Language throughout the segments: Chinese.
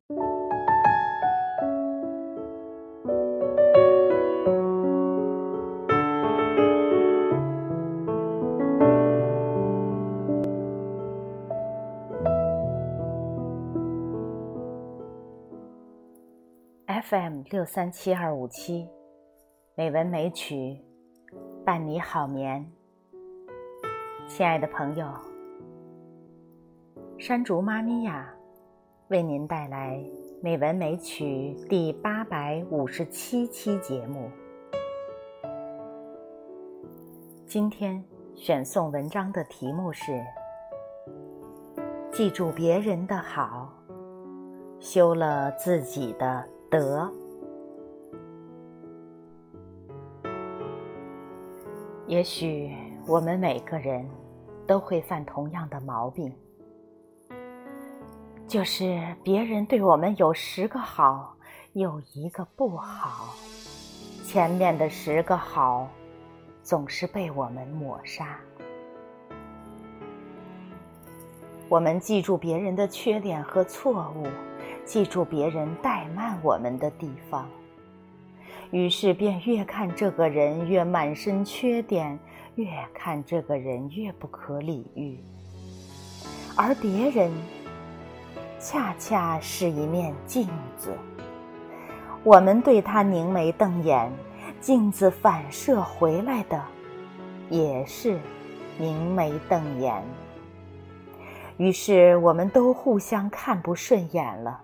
FM637257，美文美曲，伴你好眠。亲爱的朋友，山竹妈咪呀，为您带来美文美曲第857期节目。今天选送文章的题目是：记住别人的好，修了自己的德。也许我们每个人都会犯同样的毛病，就是别人对我们有10个好，有1个不好，前面的10个好总是被我们抹杀。我们记住别人的缺点和错误，记住别人怠慢我们的地方，于是便越看这个人越满身缺点，越看这个人越不可理喻。而别人恰恰是一面镜子，我们对他凝眉瞪眼，镜子反射回来的也是凝眉瞪眼。于是我们都互相看不顺眼了。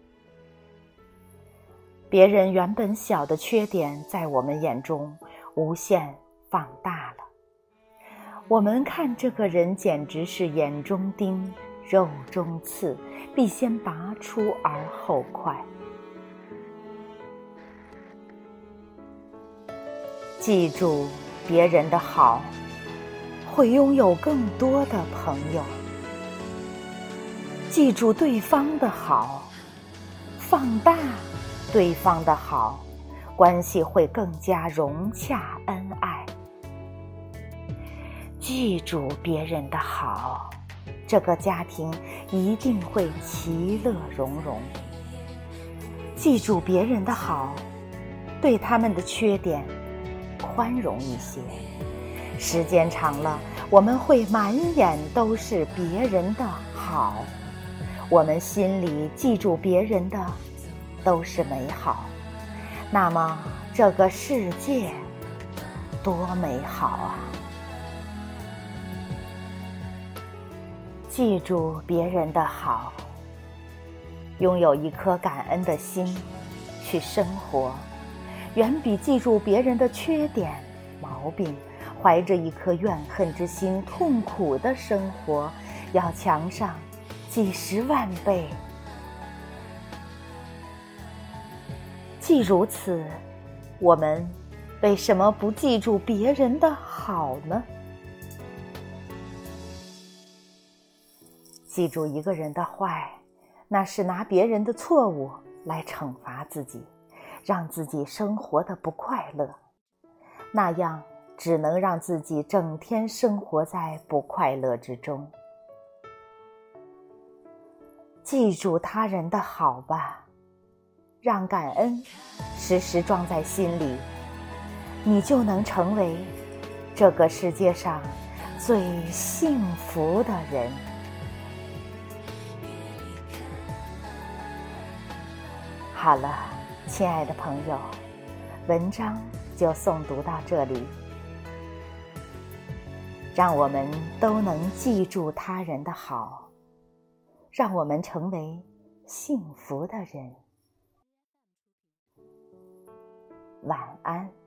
别人原本小的缺点，在我们眼中无限放大了。我们看这个人简直是眼中钉，肉中刺，必先拔出而后快。记住别人的好，会拥有更多的朋友。记住对方的好，放大对方的好，关系会更加融洽恩爱。记住别人的好，这个家庭一定会其乐融融。记住别人的好，对他们的缺点宽容一些。时间长了，我们会满眼都是别人的好，我们心里记住别人的都是美好，那么这个世界多美好啊！记住别人的好，拥有一颗感恩的心去生活，远比记住别人的缺点毛病，怀着一颗怨恨之心痛苦的生活要强上几10万倍。既如此，我们为什么不记住别人的好呢？记住一个人的坏，那是拿别人的错误来惩罚自己，让自己生活得不快乐，那样只能让自己整天生活在不快乐之中。记住他人的好吧，让感恩时时装在心里，你就能成为这个世界上最幸福的人。好了，亲爱的朋友，文章就诵读到这里。让我们都能记住他人的好，让我们成为幸福的人。晚安。